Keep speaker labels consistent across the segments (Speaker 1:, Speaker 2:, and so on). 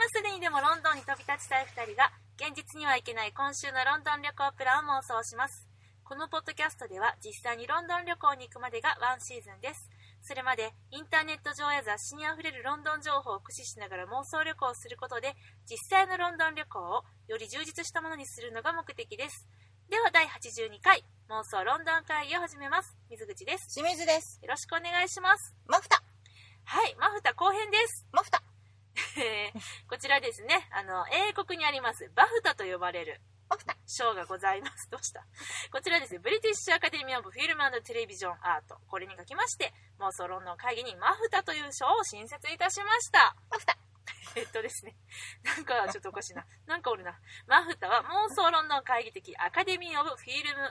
Speaker 1: すでにでもロンドンに飛び立ちたい2人が現実には行けない今週のロンドン旅行プランを妄想します。このポッドキャストでは実際にロンドン旅行に行くまでがワンシーズンです。それまでインターネット上や雑誌にあふれるロンドン情報を駆使しながら妄想旅行をすることで実際のロンドン旅行をより充実したものにするのが目的です。では第82回妄想ロンドン会議を始めます。水口です。
Speaker 2: 清水です。
Speaker 1: よろしくお願いします。
Speaker 2: マフタ。
Speaker 1: はい、マフタ後編です。
Speaker 2: マフタ。
Speaker 1: こちらですね、英国にありますバフタと呼ばれる賞がございます。どうした？こちらですね、ブリティッシュアカデミーオブフィルム&テレビジョンアート、これに書きまして妄想ロンドン会議にマフタという賞を新設いたしました。
Speaker 2: マフタ
Speaker 1: ですね、なんかちょっとおかしいな、なんかおるな。マフタは妄想ロンドン会議的アカデミーオブフィルム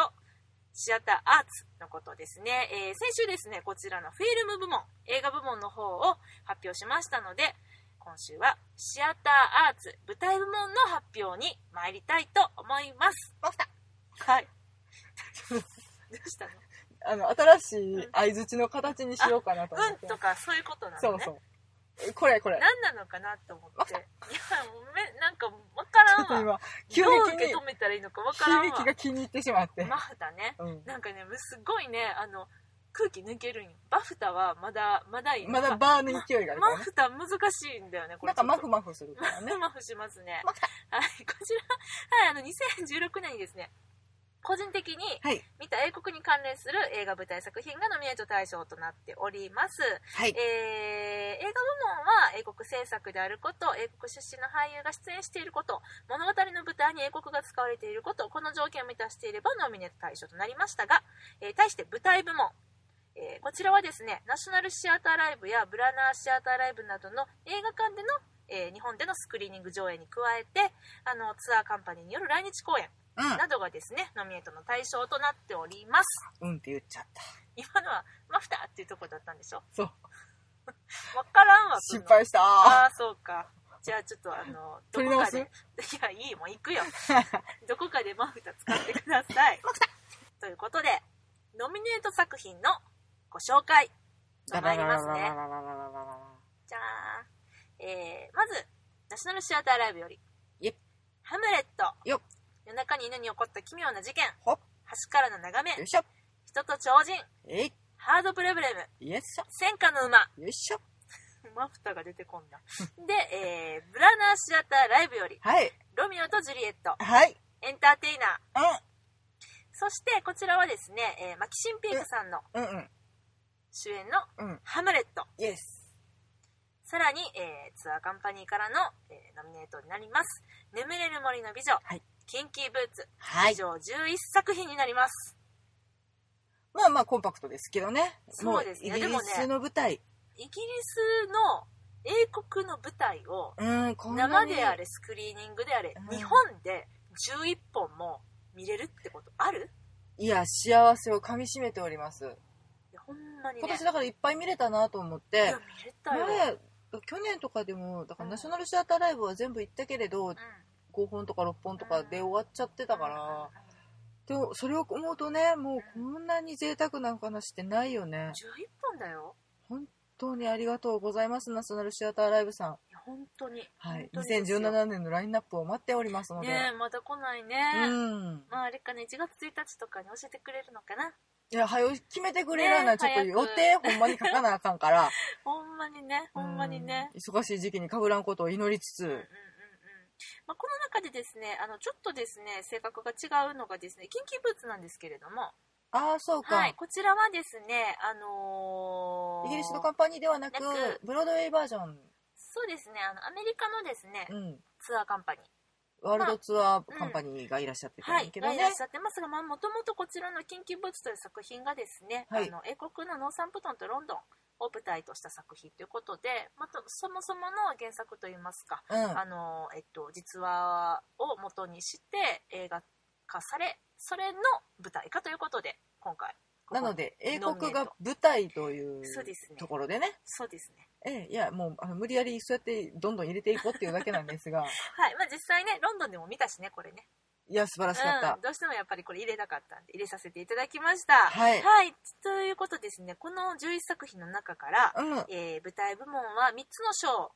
Speaker 1: &シアターアーツのことですね。先週ですね、こちらのフィルム部門、映画部門の方を発表しましたので、今週はシアターアーツ舞台部門の発表に参りたいと思います。
Speaker 2: マフタ。
Speaker 1: はい。どうしたの？
Speaker 2: 新しい相槌の形にしようかなと思って。
Speaker 1: とかそういうことなのね。
Speaker 2: そうそう。これ。
Speaker 1: 何なのかなと思って。いや、なんかわからんわ。
Speaker 2: 急に
Speaker 1: どう受け止めたらいいのかわからんわ。
Speaker 2: 響きが気に入ってしまって。
Speaker 1: マフタね。
Speaker 2: うん、
Speaker 1: なんかね、すごいね、空気抜けるんよ。バフタはまだいい。
Speaker 2: まだバーの勢いがあるからね。
Speaker 1: マフタ難しいんだよね、これ。
Speaker 2: なんかマフマフするからね。
Speaker 1: マフしますね。
Speaker 2: マフタ。
Speaker 1: はい、こちら、はい、2016年にですね、個人的に見た英国に関連する映画舞台作品がノミネート対象となっております。
Speaker 2: はい。
Speaker 1: 映画部門は英国制作であること、英国出身の俳優が出演していること、物語の舞台に英国が使われていること、この条件を満たしていればノミネート対象となりましたが、対して舞台部門、こちらはですね、ナショナルシアターライブやブラナーシアターライブなどの映画館での、日本でのスクリーニング上映に加えてツアーカンパニーによる来日公演などがですね、ノミネートの対象となっております。
Speaker 2: って言っちゃった。
Speaker 1: 今のはマフターっていうところだったんでしょ？
Speaker 2: そう。
Speaker 1: わからんわ。
Speaker 2: 失敗した。
Speaker 1: ああ、そうか。じゃあちょっとどこかで、いやいいもう行くよ。どこかでマフター使ってください。
Speaker 2: マフタ
Speaker 1: ということでノミネート作品のご紹介と参りますね。じゃあ、まずナショナルシアターライブよりハムレット、夜中に犬に起こった奇妙な事件、橋からの眺め、人と超人、ハードプロブレム、戦火の馬、マフタが出てこんなで、ブラナーシアターライブより、ロミオとジュリエット、エンターテイナー、そしてこちらはですね、マキシンピークさんの主演のハムレット、さらに、ツアーカンパニーからの、ノミネートになります眠れる森の美女、キンキーブーツ、以上11作品になります。
Speaker 2: まあコンパクトですけどね。
Speaker 1: そうですね。
Speaker 2: イギリスの舞台、
Speaker 1: イギリスの英国の舞台を生であれスクリーニングであれ、日本で11本も見れるってことある？
Speaker 2: いや、幸せをかみしめております。
Speaker 1: ほんまにね、
Speaker 2: 今年だからいっぱい見れたなと思って。
Speaker 1: いや見れたよ。
Speaker 2: 去年とかでもだからナショナルシアターライブは全部行ったけれど、5本とか6本とかで終わっちゃってたから、でもそれを思うとね、もうこんなに贅沢な話ってないよね。
Speaker 1: 11本だよ。
Speaker 2: 本当にありがとうございます、ナショナルシアターライブさん。
Speaker 1: 本当に、
Speaker 2: はい、2017年のラインナップを待っておりますので
Speaker 1: ね。まだ来ないね。まああれかね、1月1日とかに教えてくれるのかな。
Speaker 2: いや、早く決めてくれるな、ちょっと予定ほんまに書かなあかんから
Speaker 1: ほんまにね。
Speaker 2: 忙しい時期に被らんことを祈りつつ、
Speaker 1: この中でですね、ちょっとですね性格が違うのがですね、キンキーブーツなんですけれども、
Speaker 2: そうか、
Speaker 1: こちらはですね、
Speaker 2: イギリスのカンパニーではなくブロードウェイバージョン。
Speaker 1: そうですね、アメリカのですね、ツアーカンパニー、
Speaker 2: ワールドツアーカンパニーがいらっしゃってたんだけどね、
Speaker 1: いらっしゃってますが、もともとこちらのキンキーブーツという作品がですね、英国のノーサンプトンとロンドンを舞台とした作品ということで、そもそもの原作といいますか、実話を元にして映画化され、それの舞台化ということで今回
Speaker 2: なので英国が舞台というところでね。
Speaker 1: そうですね。
Speaker 2: いやもう無理やりそうやってどんどん入れていこうっていうだけなんですが
Speaker 1: 実際ねロンドンでも見たしね、これね。
Speaker 2: いや素晴らしかった、
Speaker 1: どうしてもやっぱりこれ入れたかったんで入れさせていただきました。ということですね、この11作品の中から、舞台部門は3つの賞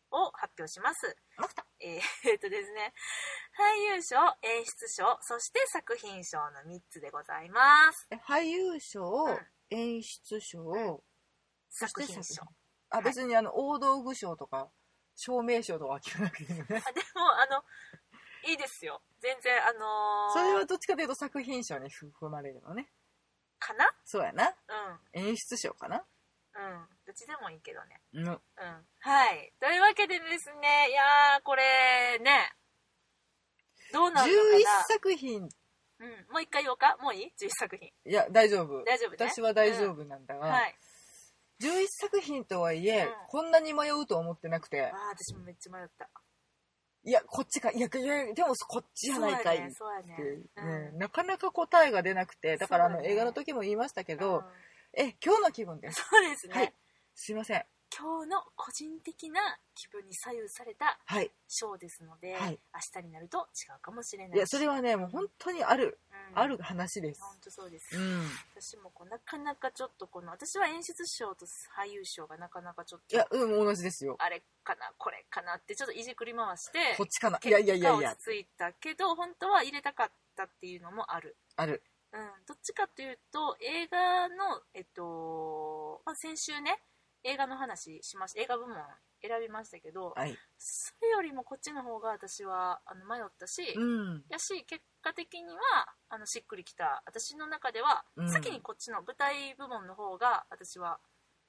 Speaker 1: を発表します。ですね、俳優賞、演出賞、そして作品賞の3つでございます。
Speaker 2: 俳優賞、演出賞、
Speaker 1: 作品賞。
Speaker 2: 別に大道具賞とか照明賞とかは聞かなくていいのね。
Speaker 1: でもいいですよ。全然
Speaker 2: それはどっちかというと作品賞に含まれるのね。
Speaker 1: かな？
Speaker 2: そうやな。演出賞かな。
Speaker 1: どっちでもいいけどね。
Speaker 2: は
Speaker 1: い。というわけでですね、いやーこれね、どうなるのかな。
Speaker 2: 11作品。
Speaker 1: もう一回言おうか。もういい？ 11 作品。
Speaker 2: いや大丈夫。
Speaker 1: 大丈夫ね。
Speaker 2: 私は大丈夫なんだが。11作品とはいえ、こんなに迷うと思ってなくて。
Speaker 1: 私もめっちゃ迷った。
Speaker 2: いやこっちか、いやでもこっちじゃないかいって、
Speaker 1: そうやね。
Speaker 2: なかなか答えが出なくて、だから映画の時も言いましたけど、今日の気分です。
Speaker 1: そうですね。
Speaker 2: はい。すいません。
Speaker 1: 今日の個人的な気分に左右されたショーですので、明日になると違うかもしれない。
Speaker 2: いやそれはねもう本当にある話です。
Speaker 1: 本当そうです。私もなかなかちょっと私は演出賞と俳優賞がなかなかちょっと
Speaker 2: 同じですよ。
Speaker 1: あれかなこれかなってちょっといじくり回して
Speaker 2: こっちかな。
Speaker 1: 結果落ち着いたけど本当は入れたかったっていうのもある。どっちかというと映画の先週ね映画の話しました。映画部門選びましたけど、それよりもこっちの方が私は迷ったし、やし結果的にはしっくりきた。私の中では、先にこっちの舞台部門の方が私は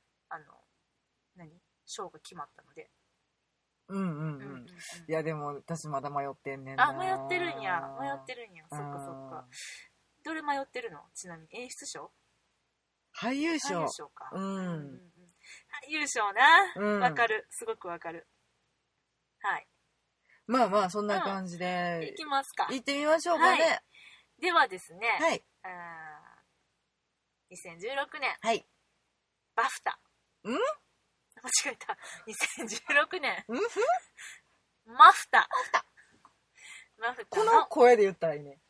Speaker 1: 賞が決まったので。
Speaker 2: いやでも私まだ迷ってんねんな。
Speaker 1: 迷ってるんや。そっかそっか。どれ迷ってるの？ちなみに演出賞？
Speaker 2: 俳優賞
Speaker 1: か。俳優賞な。わかる。すごくわかる。はい。
Speaker 2: まあまあそんな感じで。
Speaker 1: いきますか。
Speaker 2: 行ってみましょうかね。
Speaker 1: ではですね。
Speaker 2: はい。
Speaker 1: 2016年。
Speaker 2: はい。
Speaker 1: バフタ。間違えた。2016年。マフタ。
Speaker 2: この声で言ったらいいね。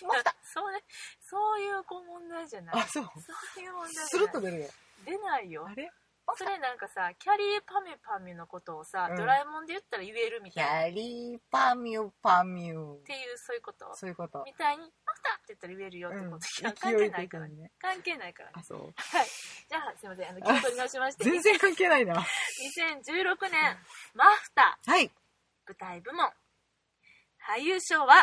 Speaker 1: そういう問題じゃない。そういう問題じゃない。
Speaker 2: スルッと出るよ。
Speaker 1: 出ないよ。
Speaker 2: あれ？
Speaker 1: それなんかさ、キャリーパミュパミュのことをさ、ドラえもんで言ったら言えるみたいな。
Speaker 2: キャリーパミュパミュ
Speaker 1: っていうそういうこと。
Speaker 2: そういうこと。
Speaker 1: みたいにマフタって言ったら言えるよってこと。関係ないからね。関係ないからね。
Speaker 2: そう。
Speaker 1: はい。じゃあすいません。気を取り直しまして。
Speaker 2: 全然関係ないな。
Speaker 1: 2016年マフタ。
Speaker 2: はい。
Speaker 1: 舞台部門。俳優賞は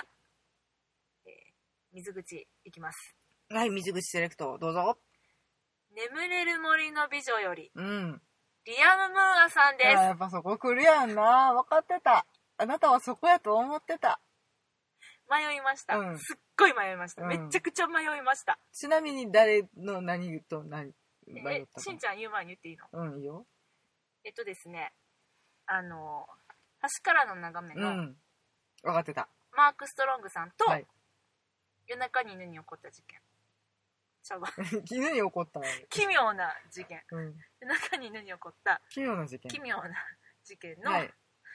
Speaker 1: 水口いきます。
Speaker 2: はい、水口セレクトどうぞ。
Speaker 1: 眠れる森の美女より、
Speaker 2: リアム・ムー
Speaker 1: アさんです。
Speaker 2: やっぱそこ来るやんな。分かってた。あなたはそこやと思ってた。
Speaker 1: 迷いました。すっごい迷いました。めちゃくちゃ迷いました。
Speaker 2: ちなみに誰の何と何迷ったか。
Speaker 1: しんちゃん言う前に言っていいの？
Speaker 2: いいよ。
Speaker 1: ですね、端からの眺めの、
Speaker 2: 分かってた。
Speaker 1: マーク・ストロングさんと、夜中に犬に起こった事件。
Speaker 2: 犬に起こった
Speaker 1: 奇妙な事件。夜中に犬に起こった
Speaker 2: 奇妙な事件
Speaker 1: の、ルー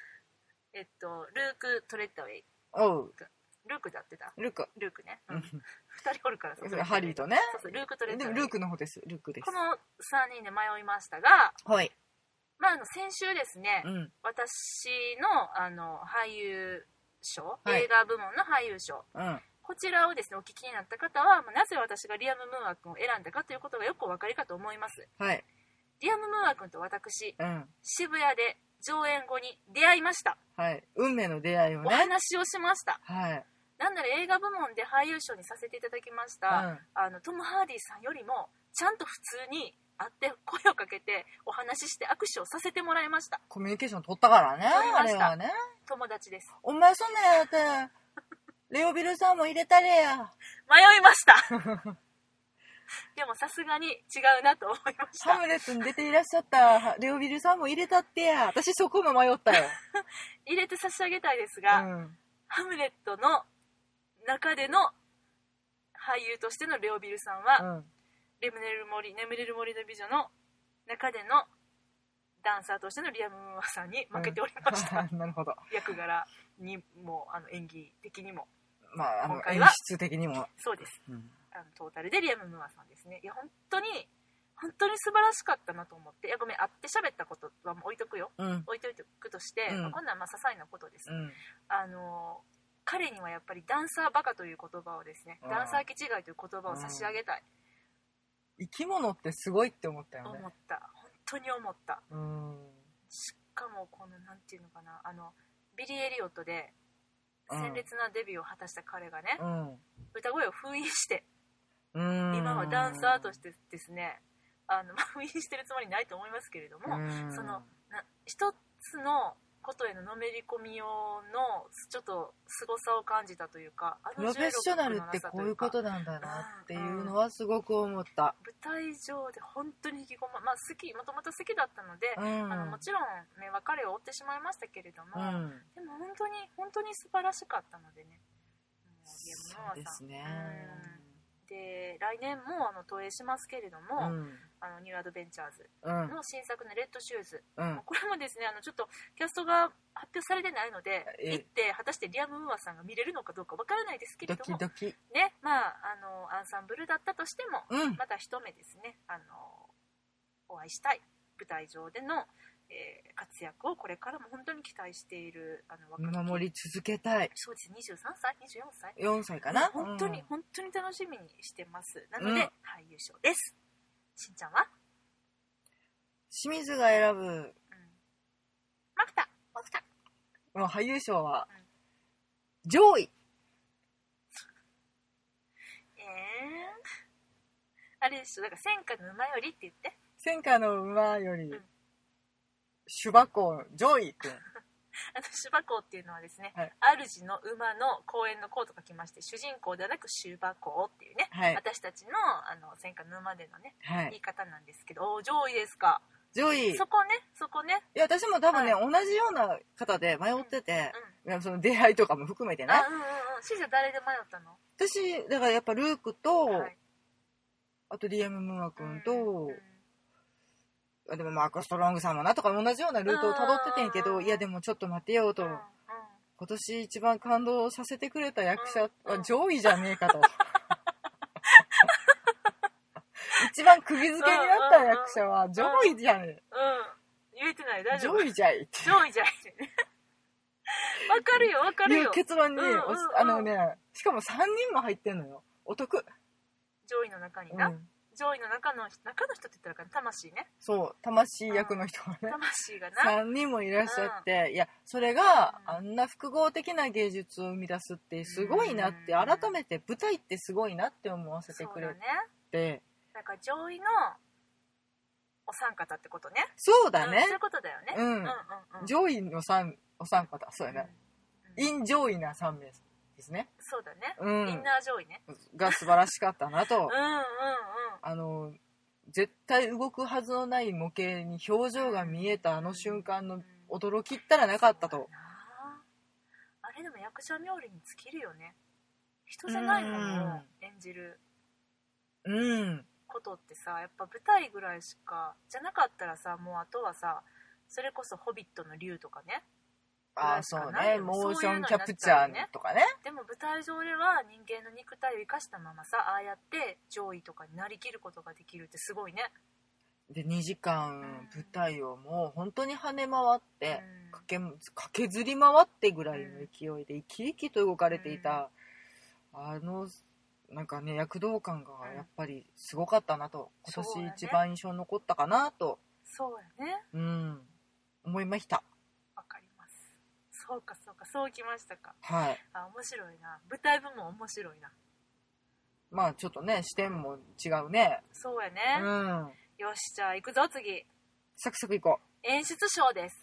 Speaker 1: ク・トレッドウェイ。ルークで合ってた？ルークね。2人おるからさ。
Speaker 2: ハリーとね。
Speaker 1: そうルーク・トレッドウェイ。
Speaker 2: でもルークの方です。ルークです。
Speaker 1: この3人で迷いましたが、先週ですね、私の俳優賞、映画部門の俳優賞、こちらをですねお聞きになった方は、なぜ私がリアム・ムーア君を選んだかということがよくお分かりかと思います。リアム・ムーア君と私、渋谷で上演後に出会いました。
Speaker 2: 運命の出会いをね、
Speaker 1: お話をしました。なんなら映画部門で俳優賞にさせていただきました、トム・ハーディさんよりもちゃんと普通に会って声をかけてお話しして握手をさせてもらいました。
Speaker 2: コミュニケーション取ったからね。
Speaker 1: 取りました。
Speaker 2: あれはね、
Speaker 1: 友達です。
Speaker 2: お前そんなんやってレオビルさんも入れたれや。
Speaker 1: 迷いましたでもさすがに違うなと思いました。
Speaker 2: ハムレットに出ていらっしゃったレオビルさんも入れたってや。私そこも迷ったよ
Speaker 1: 入れて差し上げたいですが、ハムレットの中での俳優としてのレオビルさんは、眠れる森の美女の中でのダンサーとしてのリアム・ムーアさんに負けておりました、
Speaker 2: なるほど。
Speaker 1: 役柄にも演技的にも、
Speaker 2: 今回は演出的にも
Speaker 1: そうです、トータルでリアム・ムーアさんですね。いや本当に素晴らしかったなと思って。いやごめん、会って喋ったことはもう置いとくよ、置いとくとして、
Speaker 2: うん
Speaker 1: こんなん些細なことです、
Speaker 2: うん
Speaker 1: 彼にはやっぱりダンサーバカという言葉をですね、
Speaker 2: うん
Speaker 1: ダンサー気違いという言葉を差し上げたい、
Speaker 2: 生き物ってすごいって思ったよね。
Speaker 1: 思った、本当に思った。
Speaker 2: うん、
Speaker 1: しかもこのなんていうのかな、ビリー・エリオットで鮮烈なデビューを果たした彼がね、
Speaker 2: うん、
Speaker 1: 歌声を封印して、
Speaker 2: うん
Speaker 1: 今はダンサーとしてですね、封印してるつもりないと思いますけれども、その一つのことへののめり込み用のちょっと凄さを感じたというか、
Speaker 2: プロフェッショナルってこういうことなんだなっていうのはすごく思った。
Speaker 1: 舞台上で本当に引き込ま、もともと好きだったので、もちろん目は彼を追ってしまいましたけれども、でも本当に素晴らしかったのでね。
Speaker 2: そうですね。
Speaker 1: で来年も投影しますけれども、ニューアドベンチャーズの新作のレッドシューズ、これもですねちょっとキャストが発表されてないので行って果たしてリアム・ウーアさんが見れるのかどうかわからないですけれども、
Speaker 2: ドキドキ
Speaker 1: ね、アンサンブルだったとしても、また一目ですねお会いしたい舞台上での、活躍をこれからも本当に期待している
Speaker 2: 見守り続けたい。
Speaker 1: そうです、23歳24歳
Speaker 2: 4歳かな、
Speaker 1: 本当に楽しみにしてます。なので、俳優賞です。しんちゃんは
Speaker 2: 清水が選ぶ、
Speaker 1: マフタ
Speaker 2: もう俳優賞は、上位。
Speaker 1: あれでしょ、だから戦火の馬よりって言って、
Speaker 2: 戦火の馬より、シュバ公上位くん
Speaker 1: シュバ公っていうのはですね、主の馬の公園の公と書きまして、主人公ではなくシュバ公っていうね、私たちの戦火の馬でのね、言い方なんですけど、上位ですか。
Speaker 2: 上位。
Speaker 1: そこね。
Speaker 2: いや私も多分ね、同じような方で迷ってて、その出会いとかも含めてね。
Speaker 1: しんちゃん誰で迷ったの？
Speaker 2: 私だからやっぱルークと、あとリアム・ムーア君と、でもマーク・ストロングさんもなとか同じようなルートをたどっててんけど、いやでもちょっと待てよと、今年一番感動させてくれた役者は上位じゃねえかと一番釘付けになった役者は上位じゃねえ、
Speaker 1: 言えてない、大丈夫、
Speaker 2: 上位じゃいって
Speaker 1: 上位じゃいわかるよ
Speaker 2: いう結論に、しかも3人も入ってんのよ。お得。
Speaker 1: 上位の中にな、上位の中の人って言ったらかな、魂ね。
Speaker 2: そう魂役の人がね、
Speaker 1: 魂がな
Speaker 2: 3人もいらっしゃって、いやそれがあんな複合的な芸術を生み出すってすごいなって、改めて舞台ってすごいなって思わせてくれて、
Speaker 1: だから上位のお三方ってことね。
Speaker 2: そうだね、
Speaker 1: そういうことだよね。
Speaker 2: 上位のお三方、そうやね、イン上位な3名ですね。
Speaker 1: そうだね、インナー上位ね
Speaker 2: が素晴らしかったなと絶対動くはずのない模型に表情が見えたあの瞬間の驚きったらなかったと。
Speaker 1: あれでも役者冥利に尽きるよね。人じゃないものを演じることってさ、やっぱ舞台ぐらいしかじゃなかったらさ、もうあとはさ、それこそホビットの竜とかね、
Speaker 2: そうね、モーションキャプチャーとかね。
Speaker 1: でも舞台上では人間の肉体を生かしたままさ、ああやって上位とかになりきることができるってすごいね。
Speaker 2: で2時間舞台をもう本当に跳ね回って、駆けずり回ってぐらいの勢いで生き生きと動かれていた、なんかね、躍動感がやっぱりすごかったなと、今年一番印象に残ったかなと、
Speaker 1: そうやね、
Speaker 2: 思いました。
Speaker 1: わかります。そうかそうきましたか。
Speaker 2: はい。
Speaker 1: 面白いな、舞台部門面白いな。
Speaker 2: まあちょっとね、視点も違うね。
Speaker 1: そうやね。よし、じゃあ行くぞ次。
Speaker 2: サクサク行こ
Speaker 1: う。演出賞です。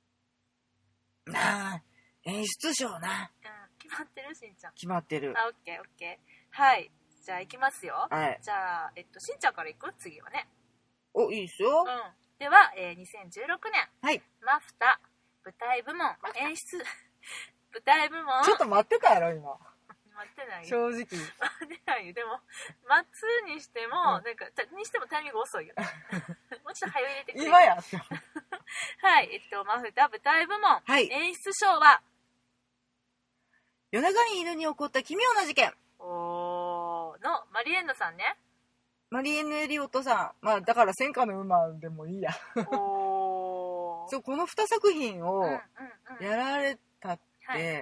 Speaker 2: 演出賞な。
Speaker 1: 決まってる、しんちゃん。
Speaker 2: 決まってる。
Speaker 1: オッケー。はい、じゃあ行きますよ。
Speaker 2: はい。
Speaker 1: じゃあしんちゃんから行く？次はね。
Speaker 2: お、いいですよ。
Speaker 1: では、2016年。
Speaker 2: はい。
Speaker 1: マフタ舞台部門演出舞台部門。
Speaker 2: ちょっと待ってたやろ今。
Speaker 1: 待ってないよ。
Speaker 2: 正直。
Speaker 1: 待ってないよ。でも待つにしても、なんかにしてもタイミング遅いよ。もうちょっと早入れてくれ。
Speaker 2: 今や。
Speaker 1: はい、マフタ舞台部門、演出賞は
Speaker 2: 夜中に犬に起こった奇妙な事件
Speaker 1: のマリエンヌさんね。
Speaker 2: マリエンヌ・エリオットさん。まあだから戦火の馬でもいいや。 そうこの2作品をやられたって、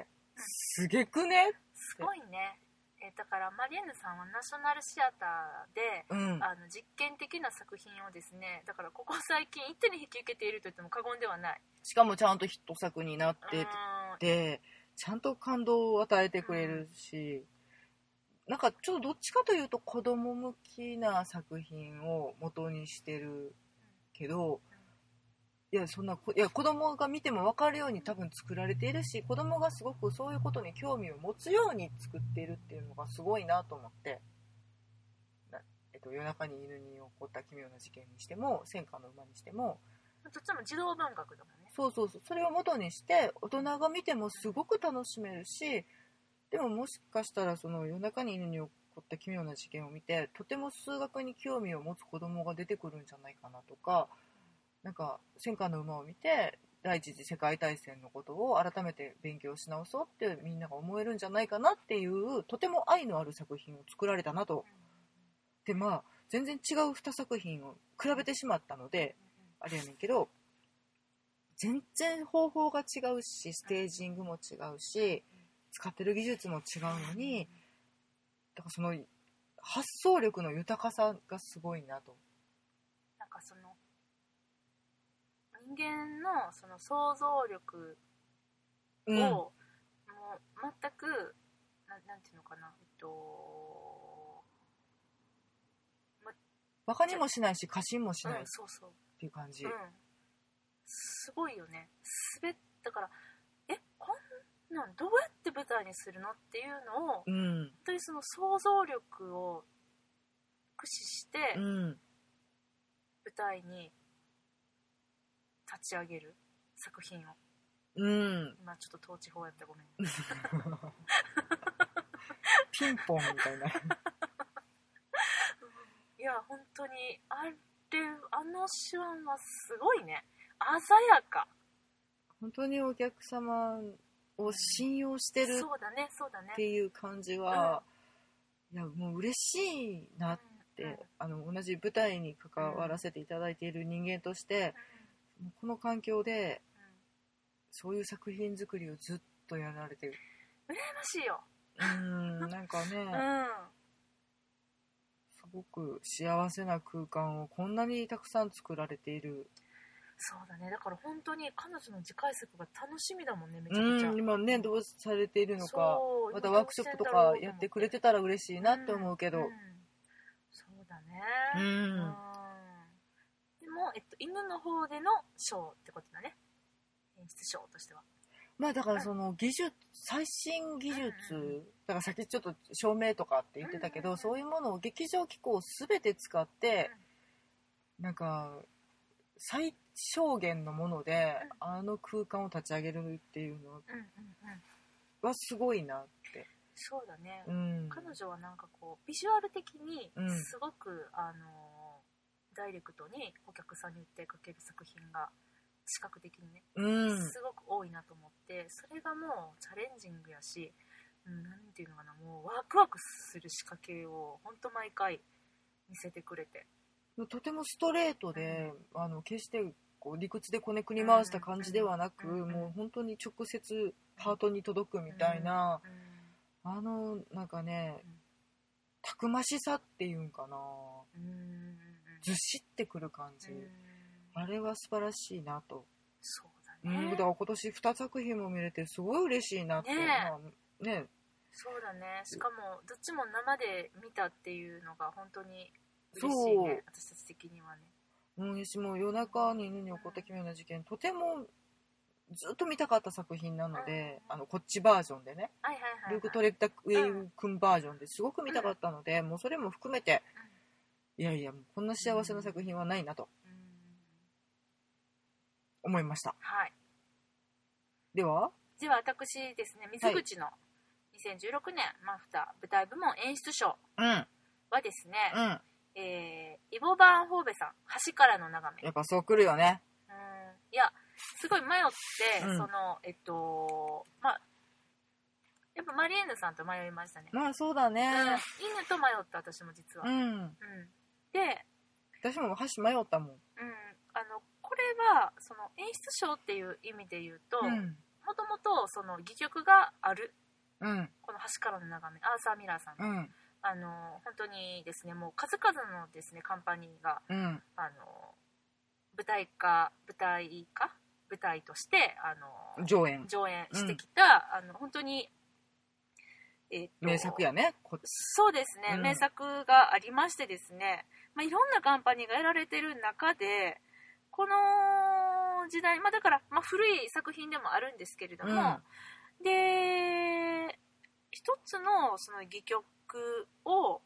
Speaker 2: すげくね、
Speaker 1: すごいね。だからマリエンヌさんはナショナルシアターで、実験的な作品をですね、だからここ最近一手に引き受けていると言っても過言ではない。
Speaker 2: しかもちゃんとヒット作になってて、ちゃんと感動を与えてくれるし、なんかちょっとどっちかというと子供向きな作品を元にしてるけど、いや子供が見ても分かるように多分作られているし、子供がすごくそういうことに興味を持つように作っているっていうのがすごいなと思って、夜中に犬に起こった奇妙な事件にしても戦火の馬にしても、
Speaker 1: どっちも児童文学だもんね。
Speaker 2: そうそれを元にして大人が見てもすごく楽しめるし、でももしかしたらその夜中に犬に起こった奇妙な事件を見てとても数学に興味を持つ子供が出てくるんじゃないかなとか、なんか戦火の馬を見て第一次世界大戦のことを改めて勉強し直そうってみんなが思えるんじゃないかなっていうとても愛のある作品を作られたなと。で全然違う2作品を比べてしまったのであれやねんけど、全然方法が違うしステージングも違うし使ってる技術も違うのに、だからその発想力の豊かさがすごいなと。
Speaker 1: なんかその人間のその想像力を、もう全くなんていうのかな、
Speaker 2: バカにもしないし過信もしないっていう感じ、
Speaker 1: すごいよね。だからこんなんどうやって舞台にするのっていうのを、本当にその想像力を駆使して舞台に立ち上げる作品を、今ちょっと統治法やったらごめん
Speaker 2: ピンポンみたいない
Speaker 1: や本当にあの手腕はすごいね。鮮やか。
Speaker 2: 本当にお客様を信用してるっていう感じは、いやもう嬉しいなって、同じ舞台に関わらせていただいている人間として、この環境でそういう作品作りをずっとやられてる。
Speaker 1: 羨ましいよ。
Speaker 2: なんかね、すごく幸せな空間をこんなにたくさん作られている。
Speaker 1: そうだね。だから本当に彼女の次回作が楽しみだもんね。めちゃくちゃ。
Speaker 2: 今ねどうされているのか、またワークショップとかやってくれてたら嬉しいなって思うけど、
Speaker 1: そうだね。でも、犬の方での賞ってことだね。演出賞としては。
Speaker 2: だからその最新技術、だからさっきちょっと照明とかって言ってたけど、そういうものを劇場機構を全て使って、なんか最小限のものであの空間を立ち上げるっていうのはすごいなって。
Speaker 1: そうだね、彼女はなんかこうビジュアル的にすごく、ダイレクトにお客さんに訴えかける作品が視覚的にね、すごく多いなと思って、それがもうチャレンジングやし、なんていうのかな、もうワクワクする仕掛けを本当毎回見せてくれて、
Speaker 2: とてもストレートで、決してこう理屈でこねくり回した感じではなく、もう本当に直接ハートに届くみたいな、なんかね、たくましさっていうんかな、ずしってくる感じ、あれは素晴らしいなと。
Speaker 1: そうだね。
Speaker 2: だから今年2作品も見れてすごい嬉しいなって。
Speaker 1: そうだね。しかもどっちも生で見たっていうのが本当に嬉しいね。私たち的にはね。
Speaker 2: 私も夜中に犬に起こった奇妙な事件、とてもずっと見たかった作品なので、こっちバージョンでね、ルーク・トレッタウェイ君バージョンですごく見たかったので、もうそれも含めて、いやいやもうこんな幸せな作品はないなと思いました。では
Speaker 1: 私ですね、水口の2016年マフタ舞台部門演出賞はですね、イボ・バーンホーベさん、橋からの眺め。
Speaker 2: やっぱそう来るよね。
Speaker 1: いやすごい迷って、そのやっぱマリエンヌさんと迷いましたね。
Speaker 2: そうだね、
Speaker 1: 犬と迷った、私も実は。で
Speaker 2: 私も橋迷ったもん。
Speaker 1: これはその演出賞っていう意味で言うと、
Speaker 2: うん
Speaker 1: もともとその戯曲がある、
Speaker 2: うん
Speaker 1: この橋からの眺め、アーサー・ミラーさんの、
Speaker 2: うん
Speaker 1: 本当にですね、もう数々のですねカンパニーが、
Speaker 2: うん
Speaker 1: 舞台として
Speaker 2: 上演
Speaker 1: してきた、本当に、
Speaker 2: 名作やね。
Speaker 1: そうですね、
Speaker 2: うん
Speaker 1: 名作がありましてですね、いろんなカンパニーがやられてる中で、この時代、だから、古い作品でもあるんですけれども、で一つのその戯曲を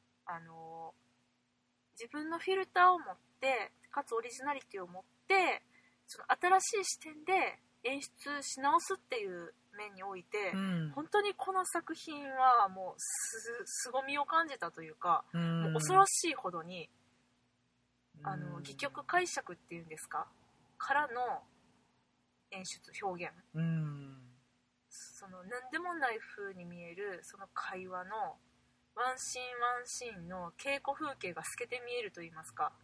Speaker 1: 自分のフィルターを持ってかつオリジナリティを持ってその新しい視点で演出し直すっていう面において、本当にこの作品はもう凄みを感じたというか、もう恐ろしいほどに戯曲解釈っていうんですかからの演出表現、その何でもない風に見えるその会話のワンシーンワンシーンの稽古風景が透けて見えると言いますか、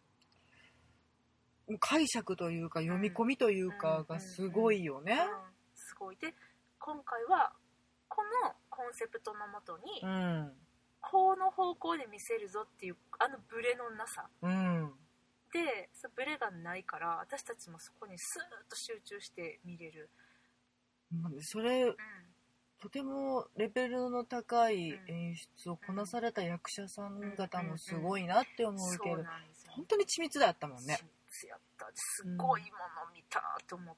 Speaker 2: 解釈というか読み込みというかがすごいよね。
Speaker 1: すごい。で今回はこのコンセプトのもとに、この方向で見せるぞっていうブレのなさ、でそのブレがないから私たちもそこにスーッと集中して見れる。
Speaker 2: それ、とてもレベルの高い演出をこなされた役者さん方もすごいなって思うけど、本当に緻密だったもんね。
Speaker 1: 緻密やった。すごいもの見たと思って、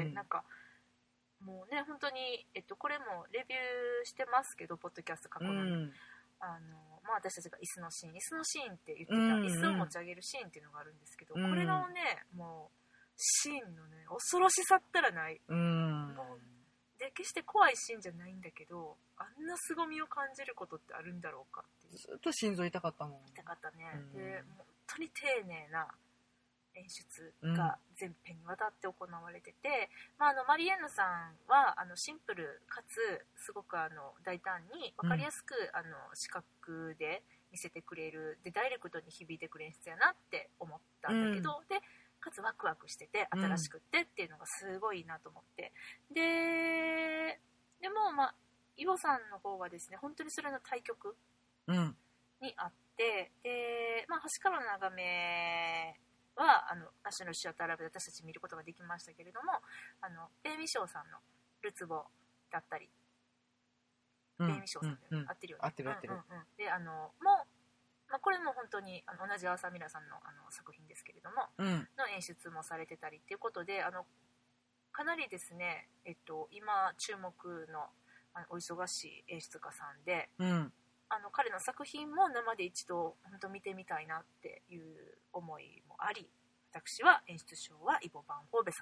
Speaker 1: なんかもうね本当に、これもレビューしてますけど、ポッドキャスト過去の、私たちが椅子のシーンって言ってた、椅子を持ち上げるシーンっていうのがあるんですけど、これのねもうシーンのね恐ろしさったらない、もうで決して怖いシーンじゃないんだけど、あんな凄みを感じることってあるんだろうかっていう。
Speaker 2: ずっと心臓痛かったもん。
Speaker 1: 痛かったね。で本当に丁寧な演出が全編にわたって行われてて、マリエンヌさんはシンプルかつすごく大胆に分かりやすく、視覚で見せてくれる、でダイレクトに響いてくれる演出やなって思ったんだけど、でかつワクワクしてて新しくってっていうのがすごいいいなと思って、でもイボさんの方はですね本当にそれの対極にあって、で橋からの眺めはナショナルシアターライブで私たち見ることができましたけれども、レイ・ミショーさんのルツボだったり、レイ・ミショーさんで合ってるよね。
Speaker 2: 合ってる。
Speaker 1: でもうこれも本当に同じアーサー・ミラーさんの作品ですけれども、の演出もされてたりっていうことで、かなりですね、今注目のお忙しい演出家さんで、彼の作品も生で一度本当見てみたいなっていう思いもあり、私は演出賞はイボ・バンホーベさ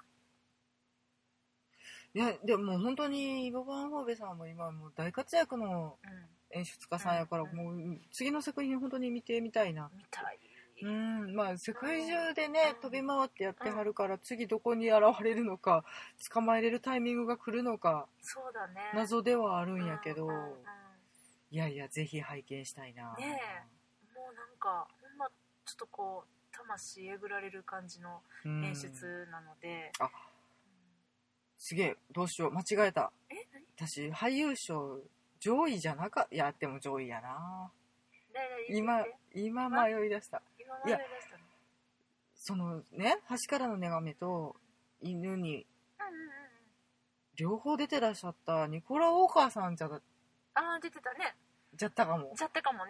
Speaker 2: ん。いやでも本当にイボ・バンホーベさんも今もう大活躍の演出家さんやから、もう次の作品本当に見てみたいな。
Speaker 1: 見たい。
Speaker 2: 世界中でね、飛び回ってやってはるから、次どこに現れるのか捕まえれるタイミングが来るのか、
Speaker 1: そうだね、
Speaker 2: 謎ではあるんやけど、いやぜひ拝見したいな。
Speaker 1: ねえ、もうなんかほんまちょっとこう魂えぐられる感じの演出なので、
Speaker 2: すげえ、どうしよう、間違えた。私俳優賞上位じゃなかった。いやでも上位やな。今迷い出した。いやそのね、橋からの眺めと犬に両方出てらっしゃったニコラ・ウォーカーさんじゃ出
Speaker 1: てたね。
Speaker 2: じゃったかもね。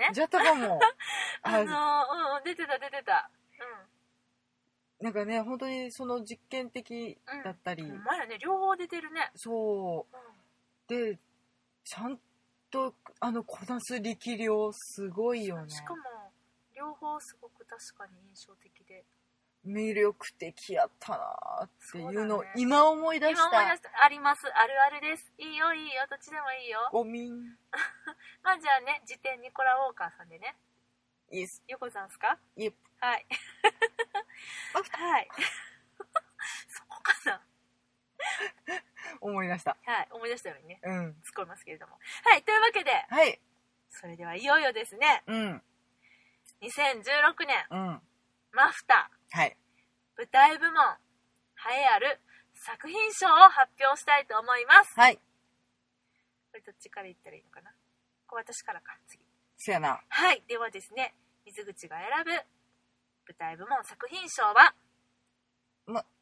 Speaker 1: 出てた。
Speaker 2: なんかね、本当にその実験的だったり、
Speaker 1: ほんまやね、両方出てるね。
Speaker 2: そう、でちゃんとこなす力量すごいよね。
Speaker 1: しかも両方すごく確かに印象的で
Speaker 2: 魅力的やったなっていうのを今思い出した。
Speaker 1: あります。あるあるです。いいよどっちでもいいよ。
Speaker 2: ごみん
Speaker 1: じゃあね、辞典ニコラ・ウォーカーさんでね。
Speaker 2: いいっす。
Speaker 1: ヨコさんすか？
Speaker 2: イエップ。
Speaker 1: はいはいそこかな
Speaker 2: 思い出した。
Speaker 1: はい、思い出したようにね、
Speaker 2: 突
Speaker 1: っ込みますけれども、はい、というわけで、
Speaker 2: はい、
Speaker 1: それではいよいよですね、2016年、マフタ、
Speaker 2: はい、
Speaker 1: 舞台部門栄えある作品賞を発表したいと思います。
Speaker 2: はい。こ
Speaker 1: れどっちから言ったらいいのかな。これ私からか、次。
Speaker 2: せやな。
Speaker 1: はい。ではですね、水口が選ぶ舞台部門作品賞は、なんや。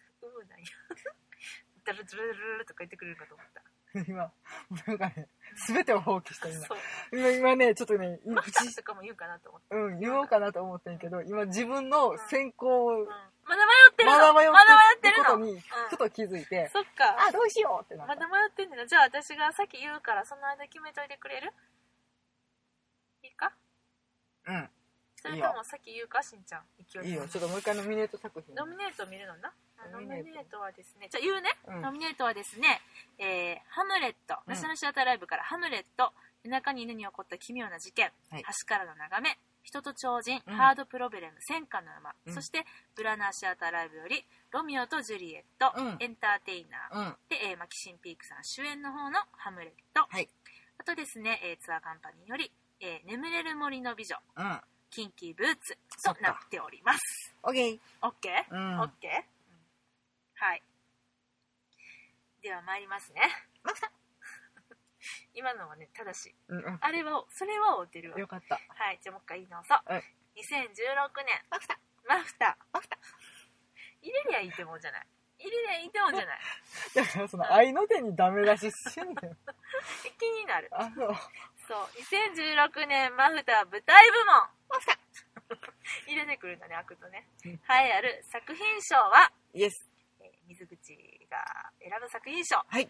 Speaker 1: ダルドゥルルルとか言ってくれるかと思った。
Speaker 2: 今、なんかね、すべてを放棄した今ね、ちょっとね、
Speaker 1: マフターとかも言うかなと思って。
Speaker 2: 言おうかなと思ってんけど、今自分の選考を、
Speaker 1: まだ迷ってるの。
Speaker 2: まだ迷ってることに、ふと気づいて、
Speaker 1: そっか。
Speaker 2: あ、どうしようってなった。
Speaker 1: まだ迷ってんねんな。じゃあ私が先言うから、その間決めといてくれる？いいか？
Speaker 2: うん。
Speaker 1: それとも先言うか、しんちゃん。
Speaker 2: いいよ。ちょっともう一回ノミネート作品。
Speaker 1: ノミネート見るのな。ノミネートはですね、じゃあ言うね。ノミネートはですね、ハムレット、ナショナルシアターライブからハムレット、夜中に犬に起こった奇妙な事件、橋からの眺め、人と超人、ハードプロブレム、戦火の馬、そしてブラナーシアターライブよりロミオとジュリエット、エンターテイナー、で、マキシンピークさん主演の方のハムレット、あとですね、ツアーカンパニーより、眠れる森の美女、キンキーブーツとなっております。
Speaker 2: オッケー。
Speaker 1: オッケー？オッケー？はい。では参りますね。今のはね、ただし、あれは、それは合うてるわ。
Speaker 2: よかった。
Speaker 1: はい、じゃあもう一回言い直そう。2016年。マフタ。入れりゃいいってもんじゃない。入れりゃいいってもんじゃない。
Speaker 2: だからその愛の手にダメ出ししてんねん。
Speaker 1: 気になる。
Speaker 2: あ、そう。
Speaker 1: そう、2016年マフタ舞台部門。入れてくるんだね、開くとね。栄えある作品賞は、
Speaker 2: イエス。
Speaker 1: 水口が選ぶ作品賞。はい。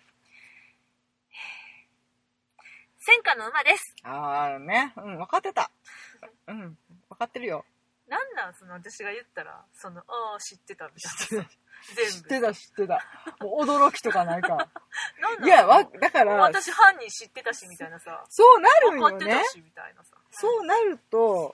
Speaker 1: 戦火の馬です。
Speaker 2: ああね、分かってた。分かってるよ。
Speaker 1: なんその私が言ったら、知ってたみたいな。
Speaker 2: 全部。知ってた。もう驚きとかないか。
Speaker 1: なん
Speaker 2: いや、だから。
Speaker 1: 私犯人知ってたしみたいなさ。
Speaker 2: そうなるよね。
Speaker 1: 分かってたしみたいなさ。
Speaker 2: そうなると、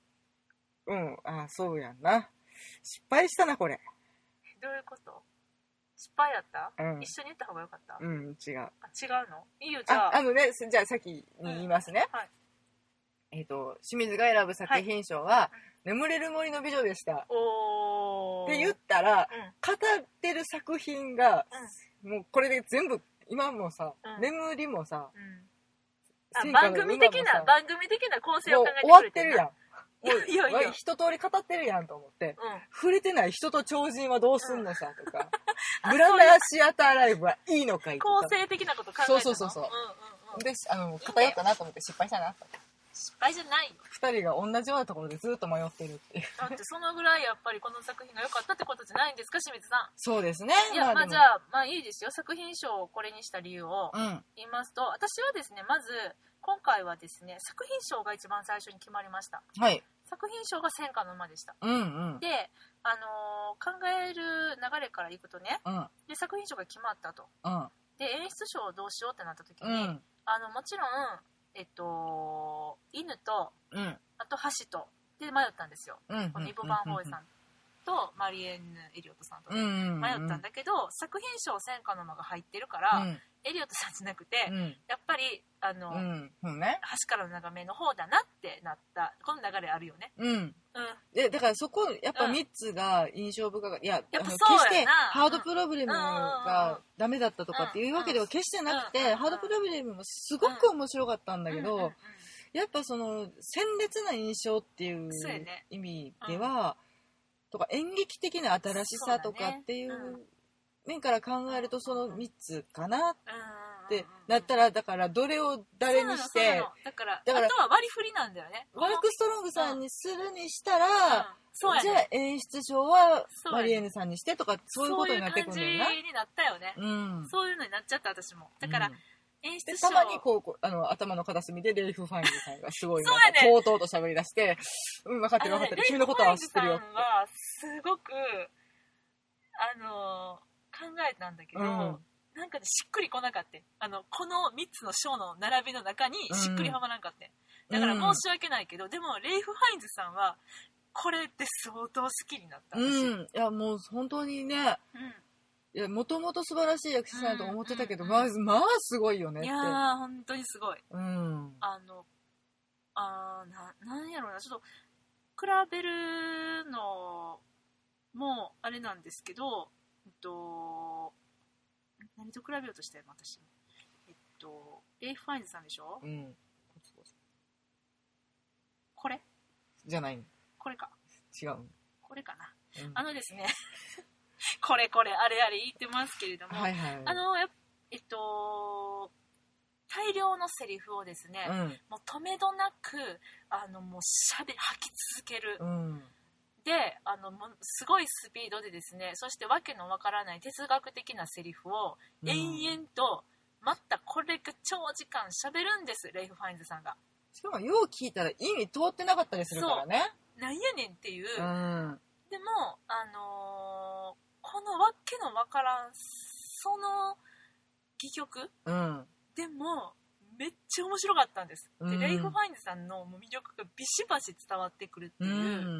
Speaker 2: そうやんな。失敗したな、これ。
Speaker 1: どういうこと？失敗やった？一緒に言った方がよかった？
Speaker 2: 違う。
Speaker 1: 違うの？いいよ、じゃあ。
Speaker 2: じゃあ先に言いますね。清水が選ぶ作品賞は、眠れる森の美女でした。って言ったら、語ってる作品が、もうこれで全部、今もさ、眠りもさ、
Speaker 1: 番組的な構成を考えてくれてる。
Speaker 2: 終わってるやん。
Speaker 1: いや
Speaker 2: 一通り語ってるやんと思って、触れてない人と超人はどうすんのさとか、ブラナーシアターライブはいいのかいとか、
Speaker 1: 構成的なこと考えたの。
Speaker 2: そうで、偏ったなと思って失敗したなと。
Speaker 1: 失敗じゃないよ。
Speaker 2: 2人が同じようなところでずっと迷ってるっていう。
Speaker 1: だってそのぐらいやっぱりこの作品が良かったってことじゃないんですか、清水さん。
Speaker 2: そうですね。
Speaker 1: いや、じゃあいいですよ。作品賞をこれにした理由を言いますと、私はですね、まず今回はですね、作品賞が一番最初に決まりました。
Speaker 2: はい。
Speaker 1: 作品賞が戦火の馬でした。で、考える流れからいくとね、で作品賞が決まったと。で演出賞をどうしようってなった時に、もちろん犬と、あと橋とで迷ったんですよ。イボ・バンホーエさんとマリエンヌ・エリオットさんと迷ったんだけど、作品賞戦火の馬が入ってるから、エリオットさんじゃなくて、やっぱり橋からの眺めの方だなってなったこの流れあるよね。だ
Speaker 2: からそこやっぱ3つが印象深かった。いや、決してハードプロブレムがダメだったとかっていうわけでは決してなくて、ハードプロブレムもすごく面白かったんだけど、やっぱその鮮烈な印象っていう意味では、とか演劇的な新しさとかっていう面から考えるとその3つかなってなったら、だからどれを誰にして、
Speaker 1: だからあとは割り振りなんだよね。
Speaker 2: マーク・ストロングさんにするにしたら、じゃあ演出賞はマリエーヌさんにしてとか、そういうことになってくるんだよな。
Speaker 1: そういう感じになったよね。そういうのになっちゃった私も。だから演出賞
Speaker 2: たまに頭の片隅でレイフ・ファインズさんがすごいとうとうと喋り出して、分かってる分かってる、君のことは知ってるよって。
Speaker 1: レイフ・ファインズさんはすごく考えたんだけど、なんかねしっくりこなかった。この3つの賞の並びの中にしっくりはまらんかった。だから申し訳ないけど、でもレイフ・ファインズさんはこれって相当好きになった。
Speaker 2: いやもう本当にね、いやもともと素晴らしい役者さんだと思ってたけど、まあすごいよねって。
Speaker 1: いやー本当にすごい。なんやろうな、ちょっと比べるのもうあれなんですけど、何と比べようとしたよ私。レイフ・ファインズさんでしょ。これ
Speaker 2: じゃないの。
Speaker 1: これか。
Speaker 2: 違う。
Speaker 1: これかな。ですねこれあれ言ってますけれども、
Speaker 2: はいはい、
Speaker 1: 大量のセリフをですね、もう止めどなくもう吐き続ける、でもうすごいスピードでですね、そしてわけのわからない哲学的なセリフを延々とまたこれが長時間喋るんです、レイフ・ファインズさんが。
Speaker 2: しかもよう聞いたら意味通ってなかったりするからね。
Speaker 1: なんやねんっていう、でもこのわけのわからんその戯曲、でもめっちゃ面白かったんです。でレイフ・ファインズさんの魅力がビシバシ伝わってくるっていう、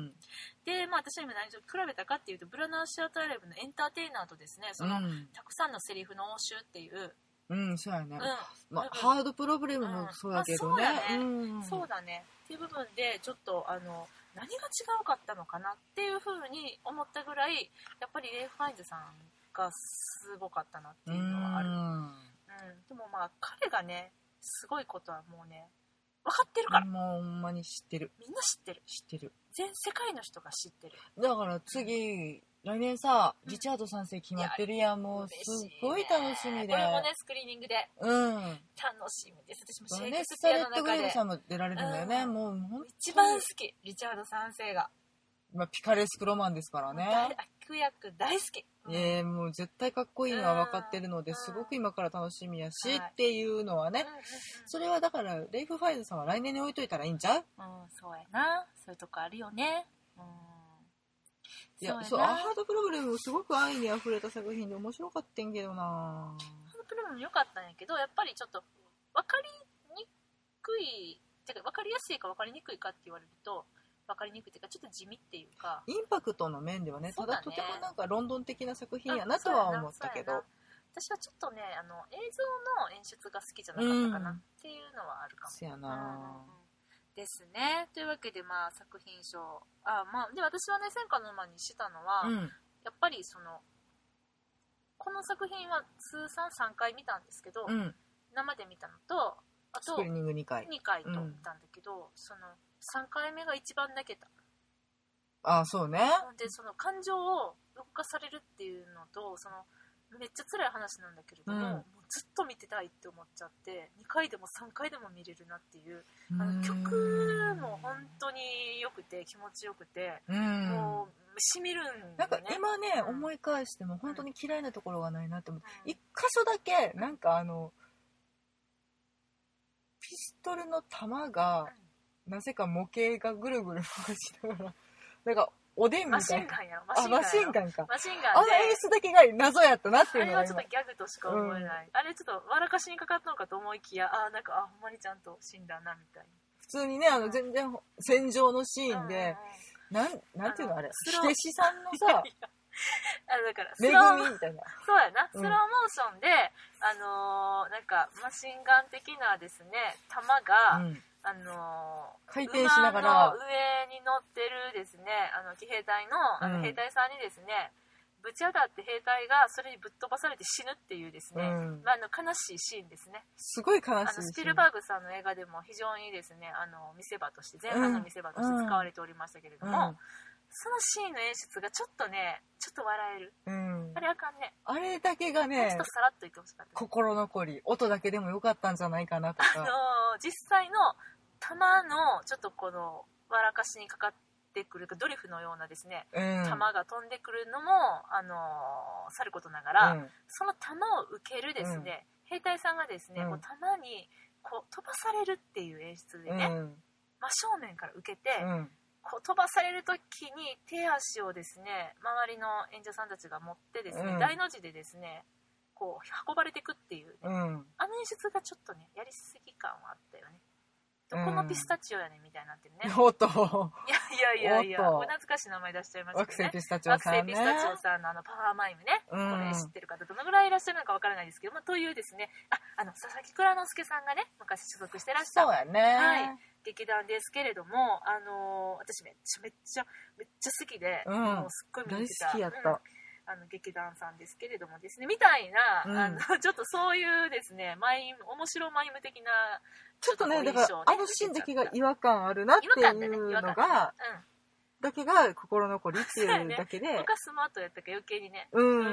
Speaker 1: で、私は今何と比べたかっていうと、ブラナーシアターライブのエンターテイナーとですね、その、たくさんのセリフの応酬っていう、
Speaker 2: そうやね、ハードプロブレムもそうだけどね、
Speaker 1: そうだねっていう部分でちょっと何が違うかったのかなっていうふうに思ったぐらい、やっぱりレイフ・ファインズさんがすごかったなっていうのはある。でも彼がねすごいことはもうね分かってるから、
Speaker 2: もうほんまに知ってる、
Speaker 1: みんな知ってる、全世界の人が知ってる。だ
Speaker 2: から次、来年さ、リチャード3世決まってるやん。もうすごい楽しみで、
Speaker 1: これもねスクリーニングで、楽しみです。私もシェイクスピアの中で
Speaker 2: グレイブさんも出られるんだよね、もう
Speaker 1: 一番好きリチャード3世が、
Speaker 2: ピカレスクロマンですからね、
Speaker 1: 悪役大好き。
Speaker 2: もう絶対かっこいいのは分かってるので、すごく今から楽しみやし、っていうのはね、それはだからレイフ・ファイズさんは来年に置いといたらいいんちゃう？
Speaker 1: そうやな、そういうとこあるよね。
Speaker 2: いや、そう、ハードプロブレムもすごく愛にあふれた作品で面白かったんけどな。
Speaker 1: ハードプロブレム良かったんやけど、やっぱりちょっと分かりにくい、てか分かりやすいか分かりにくいかって言われると分かりにくいっていうか、ちょっと地味っていうか、
Speaker 2: インパクトの面ではね、ただとてもなんかロンドン的な作品やなとは思ったけど、
Speaker 1: 私はちょっとね映像の演出が好きじゃなかったかなっていうのはあるかも。
Speaker 2: そうやな、
Speaker 1: ですね。というわけで作品賞で私はね戦火の馬にしたのは、やっぱりこの作品は通算3回見たんですけど、生で見たのとあと
Speaker 2: スクリーニング2回
Speaker 1: と見たんだけど、3回目が一番泣けた。
Speaker 2: そうね。
Speaker 1: で感情を動かされるっていうのと、めっちゃ辛い話なんだけれども、もうずっと見てたいって思っちゃって、2回でも3回でも見れるなっていう、曲も本当に良くて気持ちよくて、もうしみるんだよね。
Speaker 2: なんか今ね、思い返しても本当に嫌いなところがないなって思って、一箇所だけなんかピストルの弾が、なぜか模型がぐるぐる回しながらなんかおでんみたいな、マシンガンか、あの演出だけが謎やったなっていうのが、
Speaker 1: あれはちょっとギャグとしか思えない、あれちょっと笑かしにかかったのかと思いきや、なんかほんまにちゃんと死んだなみたいな。
Speaker 2: 普通にね全然戦場のシーンで、なんていうのあれ、火消しさんのさ
Speaker 1: だから
Speaker 2: めぐみみたいな、
Speaker 1: そうやな、スローモーションでなんかマシンガン的なですね弾が、
Speaker 2: 回転しながら
Speaker 1: 馬の上に乗ってるですね騎兵隊の、兵隊さんにですねぶち当たって兵隊がそれにぶっ飛ばされて死ぬっていうですね、悲しいシーンですね。
Speaker 2: すごい悲しいシーン。
Speaker 1: スピルバーグさんの映画でも非常にですね見せ場として前半の見せ場として使われておりましたけれども、そのシーンの演出がちょっとねちょっと笑える、あれあかんね、
Speaker 2: あれだけがね
Speaker 1: ちょっとさらっといってほしかった、
Speaker 2: 心残り、音だけでもよかったんじゃないかなとか、
Speaker 1: 実際の弾のちょっとこの笑かしにかかってくるドリフのようなですね、弾が飛んでくるのもさることながら、その弾を受けるですね、兵隊さんがですね、こう弾にこう飛ばされるっていう演出でね、真正面から受けて、こう飛ばされる時に手足をですね周りの演者さんたちが持ってですね、大の字でですねこう運ばれていくっていうね、あの演出がちょっとねやりすぎ感はあったよね。どこのピスタチオやねんみたいになってるね。
Speaker 2: おっと、
Speaker 1: いや懐かしい名前出しちゃいましたけどね。
Speaker 2: 惑星ピスタチオさんね。
Speaker 1: 惑星ピスタチオさんのパワーマイムね、これ知ってる方どのぐらいいらっしゃるのかわからないですけど、というですね、佐々木蔵之介さんがね昔所属してらっしゃる、
Speaker 2: そうやね、
Speaker 1: 劇団ですけれども、私めっちゃ好きで、もうすっごい見てた
Speaker 2: 大好きやった、
Speaker 1: 劇団さんですけれどもですね、みたいな、ちょっとそういうですね、面白マイム的な
Speaker 2: ちょっとね、だからシーンだけが違和感あるなっていうのがだけが心残りっていうだけで、
Speaker 1: 他スマートやったか余計にね、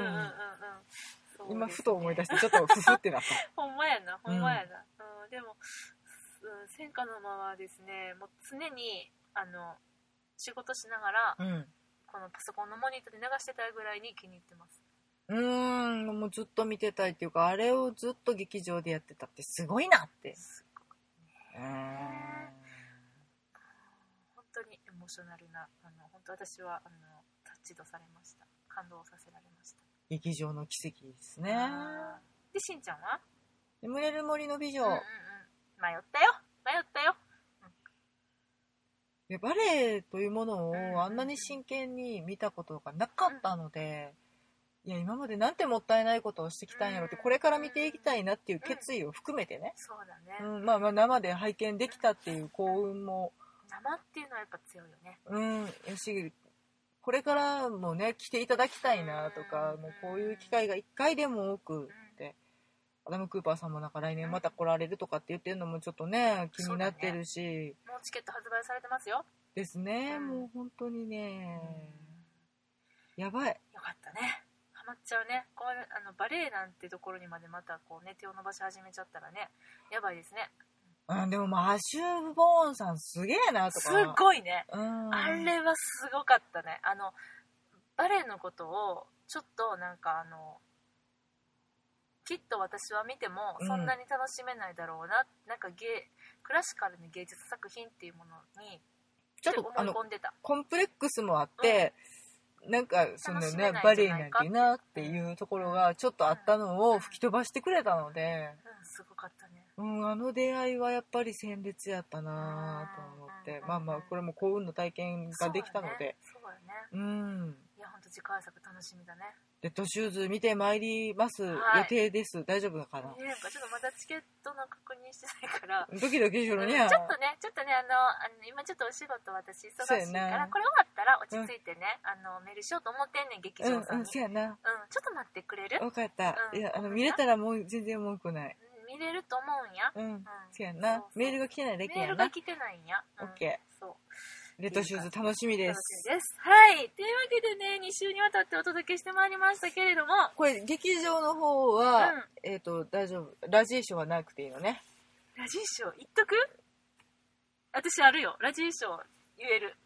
Speaker 2: 今ふと思い出してちょっとフフってなった
Speaker 1: ほんまやな、でも、戦火の間はですね、もう常に仕事しながら、このパソコンのモニターで流してたいぐらいに気に入ってます。
Speaker 2: もうずっと見てたいっていうか、あれをずっと劇場でやってたってすごいなって。すごいね。
Speaker 1: 本当にエモーショナルな、本当私はタッチとされました。感動させられました。
Speaker 2: 劇場の奇跡ですね。
Speaker 1: で、しんちゃんは？
Speaker 2: 眠れる森の美女。
Speaker 1: 迷ったよ。
Speaker 2: バレエというものをあんなに真剣に見たことがなかったので、いや今までなんてもったいないことをしてきたんやろって、これから見ていきたいなっていう決意を含めてね、
Speaker 1: そうだね、
Speaker 2: 生で拝見できたっていう幸運も、
Speaker 1: 生っていうのはやっぱ強いよね。
Speaker 2: やし、これからもね来ていただきたいなとか、もうこういう機会が1回でも多くって、アダム・クーパーさんもなんか来年また来られるとかって言ってるのもちょっとね気になってるし、
Speaker 1: もうチケット発売されてますよ。
Speaker 2: ですね、もう本当にね、やばい。
Speaker 1: よかったね、ハマっちゃうね。こうバレエなんてところにまでまたこうね手を伸ばし始めちゃったらね、やばいですね。
Speaker 2: でもマシュー・ボーンさんすげえなとか、
Speaker 1: すごいね、あれはすごかったね。バレエのことをちょっとなんかきっと私は見てもそんなに楽しめないだろうな、なんかクラシカルな芸術作品っていうものにちょっと思い込んでた。
Speaker 2: コンプレックスもあって、なんかそのねバレエなんてなっていうところがちょっとあったのを吹き飛ばしてくれたので、
Speaker 1: すごかったね。
Speaker 2: あの出会いはやっぱり鮮烈やったなと思って、これも幸運の体験ができたので、
Speaker 1: そうだね。いや本当次回作楽しみだね。
Speaker 2: レッドシューズ見てまいります、予定です。大丈夫かな。
Speaker 1: なんかちょっとまだチケットの確認してないから
Speaker 2: ドキドキするね。
Speaker 1: ちょっとね今ちょっとお仕事私忙しいから、これ終わったら落ち着いてね、メールしようと思ってんねん、劇場さんに。
Speaker 2: そうやな。
Speaker 1: ちょっと待ってくれる？
Speaker 2: 分かった。いや見れたらもう全然文句ない。
Speaker 1: 見れると思うんや。
Speaker 2: そうやな。メールが来てないだけやな。
Speaker 1: メールが来てないんや。
Speaker 2: オッケー。そう。レッドシューズ楽しみです。
Speaker 1: はい。というわけでね、2週にわたってお届けしてまいりましたけれども、
Speaker 2: これ劇場の方は、大丈夫。ラジーショーはなくていいのね。
Speaker 1: ラジーショー言っとく？私あるよ。ラジーショー言える。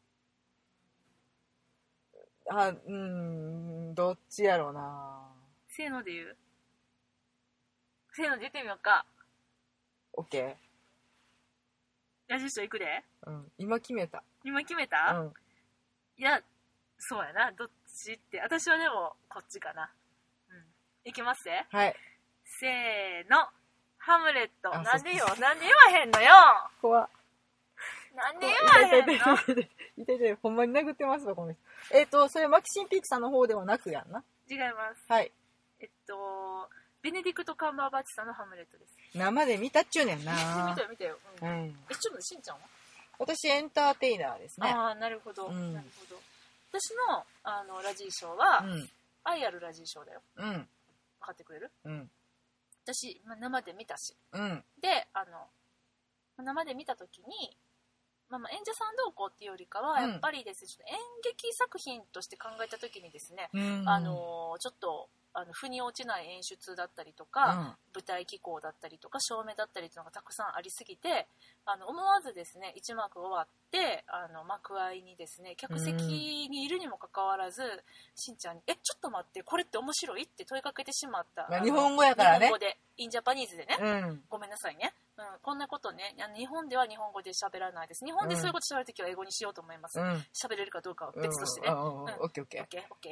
Speaker 2: どっちやろうな。
Speaker 1: せーので言う？せーので言ってみようか。
Speaker 2: オッケー。
Speaker 1: ラジーショー行くで。
Speaker 2: 今決めた。
Speaker 1: いや、そうやな。どっちって。私はでもこっちかな。いきますね。
Speaker 2: はい。
Speaker 1: せーの。ハムレット。なんで言わへんのよ。
Speaker 2: 怖っ。
Speaker 1: なんで言わへんの？
Speaker 2: 痛い。ほんまに殴ってますわ、この人。それマキシンピークさんの方ではなくやんな。
Speaker 1: 違います。
Speaker 2: はい。
Speaker 1: ベネディクト・カンバーバッチさんのハムレットです。
Speaker 2: 生で見たっちゅうねんな。
Speaker 1: 見たよ。ちょっと待って、しんちゃんは？
Speaker 2: 私エンターテイナーですね。
Speaker 1: なるほど。私のラジーショーは、愛あるラジーショーだよ。分かってくれる？私、生で見たし。で、生で見た時に、演者さん同行っていうよりかは、やっぱりですね、演劇作品として考えた時にですね、ちょっと腑に落ちない演出だったりとか、舞台機構だったりとか照明だったりというのがたくさんありすぎて、思わずですね一幕終わって幕間にですね客席にいるにもかかわらず、しんちゃんにちょっと待ってこれって面白いって問いかけてしまった。
Speaker 2: 日本語やからね。
Speaker 1: 日本語でインジャパニーズでね、ごめんなさいね、こんなことね日本では日本語で喋らないです。日本でそういうこと喋るときは英語にしようと思います。喋れるかどうかは別としてね。
Speaker 2: オッケー。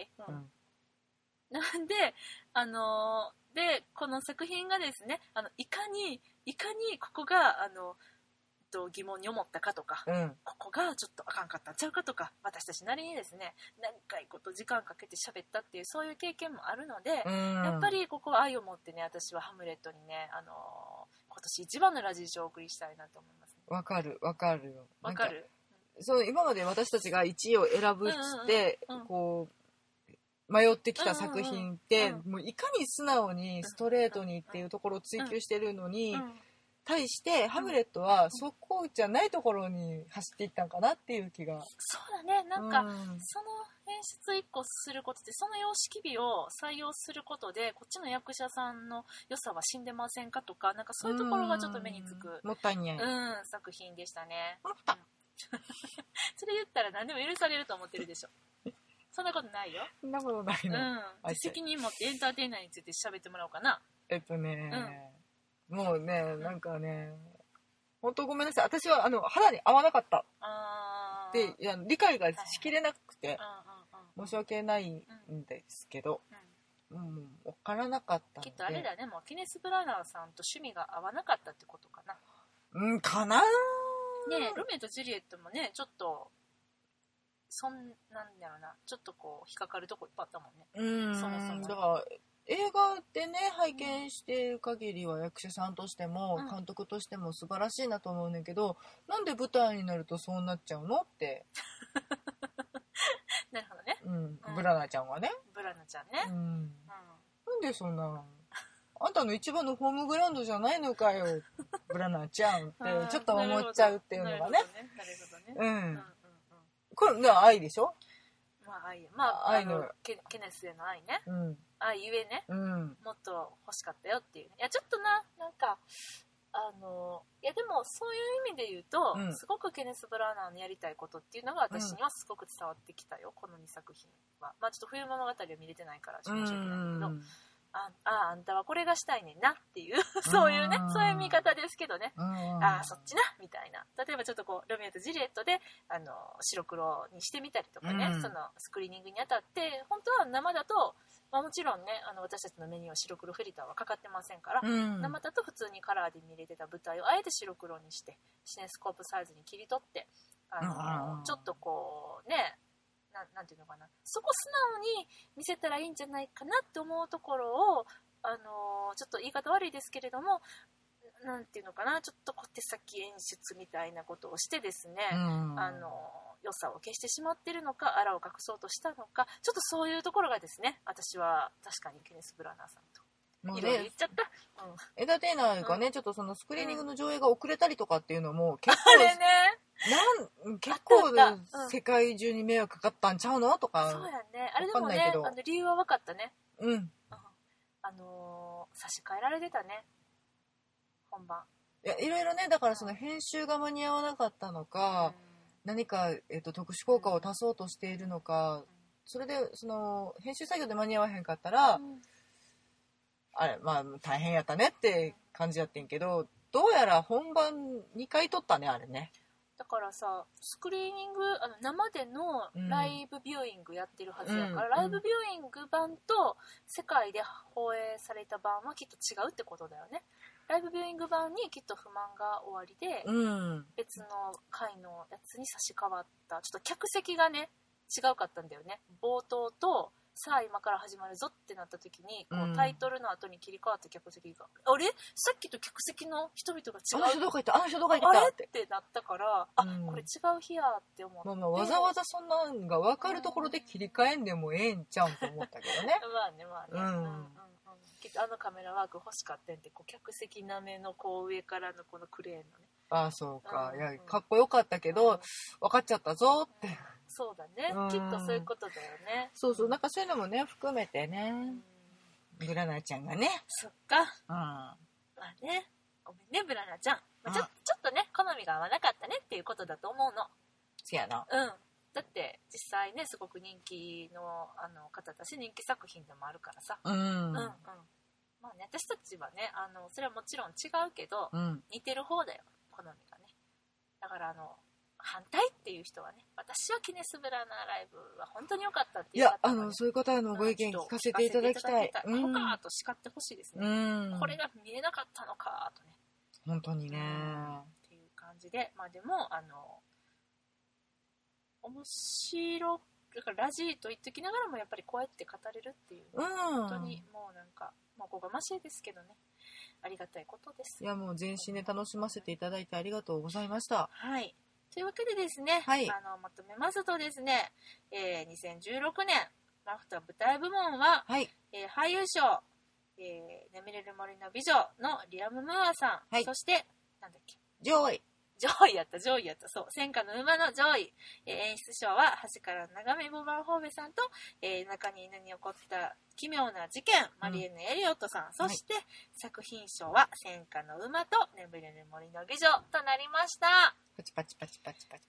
Speaker 1: なんで、で、この作品がですね、いかにここが、疑問に思ったかとか、ここがちょっとあかんかったんちゃうかとか、私たちなりにですね、長いこと時間かけて喋ったっていう、そういう経験もあるので、やっぱりここは愛を持ってね、私はハムレットにね、今年一番のラジーショーをお送りしたいなと思います。
Speaker 2: わかるわかるよ。
Speaker 1: わかる。
Speaker 2: そう今まで私たちが1位を選ぶっつって、こう迷ってきた作品って、もういかに素直にストレートにっていうところを追求してるのに、対してハムレットはそこじゃないところに走っていったんかなっていう気が。
Speaker 1: そうだね。なんか、その演出1個することで、その様式美を採用することで、こっちの役者さんの良さは死んでませんかとか、なんかそういうところがちょっと目につく、
Speaker 2: もったいない、
Speaker 1: 作品でしたね。それ言ったら何でも許されると思ってるでしょ。そんなことないよ。
Speaker 2: そんなことないの。
Speaker 1: 責任持ってエンターテイナーについて喋ってもらおうかな。
Speaker 2: もうね、なんかね、本当ごめんなさい。私は肌に合わなかった。で、理解がしきれなくて、申し訳ないんですけど、分からなかったので。
Speaker 1: きっとあれだね、もうケネス・ブラナーさんと趣味が合わなかったってことかな。
Speaker 2: かな
Speaker 1: ね、ロミオとジュリエットもね、ちょっと、なんだろうな、ちょっとこう、引っかかるとこいっぱいあったもんね。そもそも。
Speaker 2: だから映画でね拝見している限りは役者さんとしても監督としても素晴らしいなと思うんだけど、なんで舞台になるとそうなっちゃうのって
Speaker 1: なるほどね、
Speaker 2: ブラナちゃんはね、
Speaker 1: ブラナちゃんね、
Speaker 2: なんでそんなあんたの一番のホームグラウンドじゃないのかよブラナちゃんってちょっと思っちゃうっていうのがね。これ愛でしょ。愛の
Speaker 1: ケネスへの愛ね、愛ゆえね、もっと欲しかったよっていう、ね、いやちょっとなんかいやでもそういう意味で言うと、すごくケネス・ブラナーのやりたいことっていうのが私にはすごく伝わってきたよ、この2作品は。まあちょっと冬物語を見れてないから申し訳ないけど、あんたはこれがしたいねんなっていうそういうね、そういう見方ですけどね、そっちなみたいな。例えばちょっとこうロミオとジュリエットで白黒にしてみたりとかね、そのスクリーニングにあたって本当は生だと、もちろんね私たちの目には白黒フィルターはかかってませんから、生だと普通にカラーで見れてた舞台をあえて白黒にしてシネスコープサイズに切り取ってちょっとこうね、なんていうのかな、そこ素直に見せたらいいんじゃないかなって思うところをちょっと言い方悪いですけれども、なんていうのかな、ちょっと小手先演出みたいなことをしてですね、良さを消してしまってるのか、あらを隠そうとしたのか、ちょっとそういうところがですね、私は確かにケネス・ブラナーさんといろいろ言っちゃった。
Speaker 2: エンターテイナーがね、ちょっとそのスクリーニングの上映が遅れたりとかっていうのも結構
Speaker 1: あれね、
Speaker 2: 結構世界中に迷惑かかったんちゃうのとか。
Speaker 1: そうやね。あれでもね、理由は分かったね。差し替えられてたね、本番。
Speaker 2: いろいろね、だからその編集が間に合わなかったのか、何か、特殊効果を足そうとしているのか、それでその編集作業で間に合わへんかったら、あれまあ大変やったねって感じやってんけど、どうやら本番2回撮ったね、あれね。
Speaker 1: だからさ、スクリーニング生でのライブビューイングやってるはずやから、ライブビューイング版と世界で放映された版はきっと違うってことだよね。ライブビューイング版にきっと不満が終わりで、別の回のやつに差し替わった。ちょっと客席がね違うかったんだよね。冒頭とさあ今から始まるぞってなった時にこうタイトルの後に切り替わった客席が、あれさっきと客席の人々が違う、
Speaker 2: あの人どこ行った
Speaker 1: あれってなったから、これ違う日やって思って、
Speaker 2: わざわざそんなのが分かるところで切り替えんでもええんちゃうんと思ったけどね
Speaker 1: まあね、きっとカメラワーク欲しかったんで、こう客席なめのこう上からのこのクレーンのね、
Speaker 2: そうか、いやかっこよかったけど、分かっちゃったぞって、
Speaker 1: そうだね、きっとそういうことだよね。
Speaker 2: そうなんかそういうのもね含めてね、ブラナーちゃんがね、
Speaker 1: そっか、まあね、ごめんねブラナーちゃん、ちょっとね好みが合わなかったねっていうことだと思うの。
Speaker 2: せやな。
Speaker 1: だって実際ねすごく人気の方だし、人気作品でもあるからさ。まあね、私たちはねそれはもちろん違うけど、似てる方だよ、好みがね。だから反対っていう人はね、私はケネス・ブラナーライブは本当に良かったっていう方は、ね、
Speaker 2: そういう方のご意見聞かせていただきたい。
Speaker 1: 他と叱ってほしいですね。これが見えなかったのかとね。
Speaker 2: 本当にね。
Speaker 1: っていう感じで、まあでも面白だからラジーと言っときながらもやっぱりこうやって語れるっていう、本当にもうなんかおこがましいですけどね、ありがたいことです。
Speaker 2: いやもう全身で楽しませていただいてありがとうございました。
Speaker 1: はい。というわけでですね、
Speaker 2: はい、
Speaker 1: まとめますとですね、2016年マフタ舞台部門は、
Speaker 2: はい、
Speaker 1: 俳優賞、眠れる森の美女のリアム・ムーアさん、
Speaker 2: はい、
Speaker 1: そしてなんだっけ、
Speaker 2: 上位
Speaker 1: やった、そう、戦火の馬の上位、演出賞は橋から眺めボバンホーベさんと、中に犬に起こった奇妙な事件、マリエヌ・エリオットさん、そして、作品賞は戦火の馬と眠れる森の美女となりました。
Speaker 2: パチパチパチパチパチ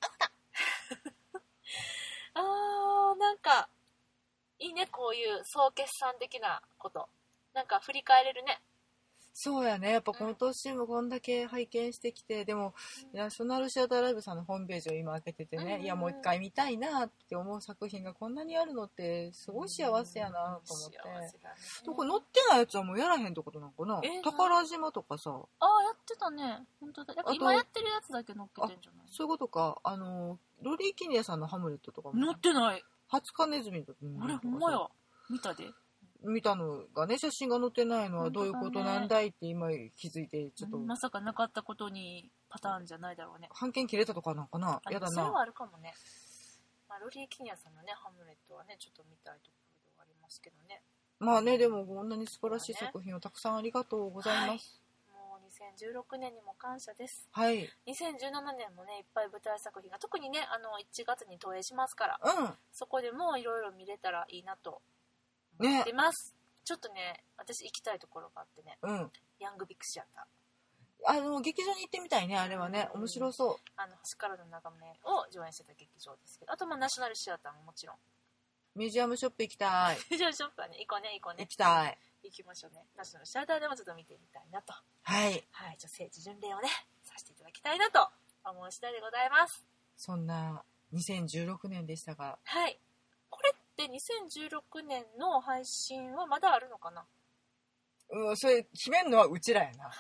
Speaker 1: なんかいいね、こういう総決算的なこと、なんか振り返れるね。
Speaker 2: そうやね、やっぱ今年もこんだけ拝見してきて、でも、ナショナルシアターライブさんのホームページを今開けててね、いやもう一回見たいなって思う作品がこんなにあるのってすごい幸せやなと思って、どこ載ってないやつはもうやらへんってことなのかな。宝島とかさ、
Speaker 1: やってたね、本当だ。今やってるやつだけ載っけてんじゃない。
Speaker 2: そういうことか。ロリー・キニアさんのハムレットとかも
Speaker 1: 載ってない。
Speaker 2: 20日ネズミとか
Speaker 1: あれほんまや、見たで。
Speaker 2: 見たのがね、写真が載ってないのはどういうことなんだいって今気づいて、ちょっと
Speaker 1: まさかなかったことにパターンじゃないだろうね。
Speaker 2: 半券切れたとかなんかな。やだな。
Speaker 1: それはあるかもね。ロリー・キニアさんのねハムレットはねちょっと見たいところではありますけどね。
Speaker 2: まあね、でもこんなに素晴らしい作品をたくさんありがとうございます。
Speaker 1: もう2016年にも感謝です。
Speaker 2: はい。
Speaker 1: 2017年もねいっぱい舞台作品が特にね1月に投影しますから、そこでもいろいろ見れたらいいなと思ってます。ちょっとね私行きたいところがあってね、ヤングビッグシアター、
Speaker 2: 劇場に行ってみたいね。あれはね、面白そう。
Speaker 1: 橋からの眺めを上演してた劇場ですけど、あとナショナルシアターももちろん。
Speaker 2: ミュージアムショップ行きたい。
Speaker 1: ミュージアムショップはね行こうね。
Speaker 2: 行きたい。
Speaker 1: 行きましょうね。ナショナルシアターでもちょっと見てみたいなと。
Speaker 2: はい。
Speaker 1: はい、聖地巡礼をねさせていただきたいなと思う次第でございます。
Speaker 2: そんな2016年でしたが、
Speaker 1: はい。これって2016年の配信はまだあるのかな。
Speaker 2: それ決めんのはうちらやな。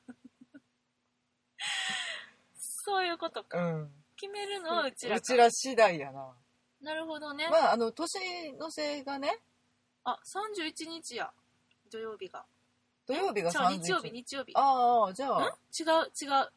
Speaker 1: そういうことか、決めるのはうちらか。
Speaker 2: うちら次第やな。
Speaker 1: なるほどね。
Speaker 2: まあ年のせいがね、
Speaker 1: 31日や。土曜日が
Speaker 2: 31
Speaker 1: 日。日曜日。
Speaker 2: じゃあ
Speaker 1: 違う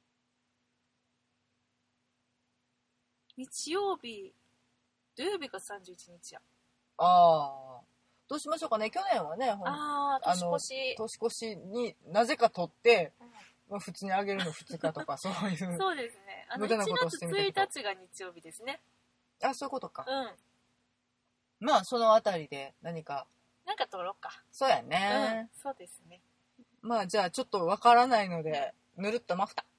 Speaker 1: 日曜日、土曜日が31日や。
Speaker 2: どうしましょうかね。去年はね、
Speaker 1: 年
Speaker 2: 越しになぜか撮って、普通にあげるの2日とかそういう
Speaker 1: そうですね。
Speaker 2: 無駄なことしてみたけど。
Speaker 1: 1月1日が日曜日ですね。
Speaker 2: そういうことか。まあそのあたりで何か
Speaker 1: 撮ろうか。
Speaker 2: そうやね。
Speaker 1: そうですね。
Speaker 2: まあじゃあちょっとわからないので、ぬるっとマフタ。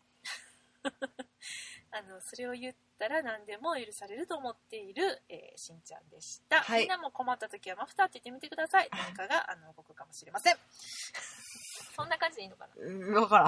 Speaker 1: それを言ったら何でも許されると思っている、しんちゃんでした。みんなも困った時はマフターって言ってみてください。何かが動くかもしれません。そんな感じでいいのかな。
Speaker 2: わからん。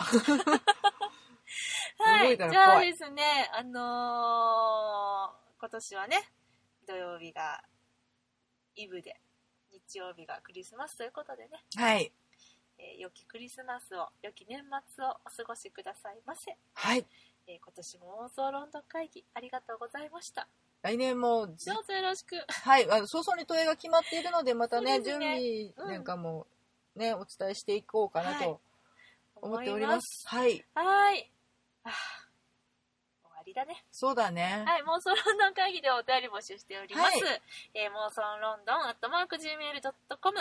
Speaker 1: はい。じゃあですね、今年はね、土曜日がイブで、日曜日がクリスマスということでね。
Speaker 2: はい。
Speaker 1: 良きクリスマスを、良き年末をお過ごしくださいませ。
Speaker 2: はい。
Speaker 1: 今年も妄想ロンドン会議ありがとうございました。
Speaker 2: 来年も
Speaker 1: どうぞよろしく。
Speaker 2: はい。早々に投影が決まっているので、またね、準備なんかもね、お伝えしていこうかなと思っております。はい。
Speaker 1: はい。終わりだね。
Speaker 2: そうだね。
Speaker 1: はい。妄想ロンドン会議でお便り募集しております。妄想ロンドン@gmail.com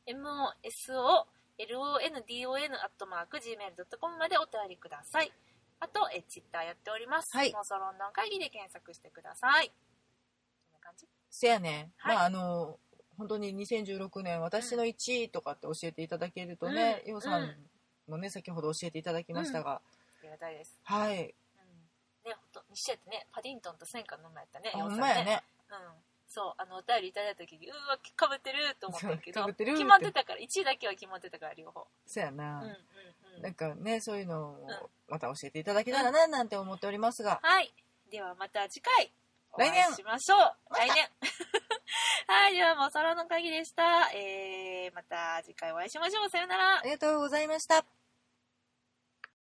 Speaker 1: mosolondon@gmail.com までお便りください。あと、ツイッターやっております。妄想ロンドン会議で検索してください。こんな感じ？
Speaker 2: せやね。まあ、本当に2016年、私の1位とかって教えていただけるとね、イオさんもね、先ほど教えていただきましたが。
Speaker 1: ありがたいです。
Speaker 2: はい。
Speaker 1: ね、ほんと、西やってね、パディントンと戦火の馬やったね、
Speaker 2: ほんまやね。
Speaker 1: そう、お便りいただいた時に、かぶってると思ったけど、
Speaker 2: 決
Speaker 1: まってたから、1位だけは決まってたから、両方。
Speaker 2: そうやな。なんかね、そういうのをまた教えていただけたらな、なんて思っておりますが。
Speaker 1: はい。ではまた次回、
Speaker 2: 来年
Speaker 1: しましょう。来年。はい、ではもうソロの会議でした。また次回お会いしましょう。さよなら。
Speaker 2: ありがとうございました。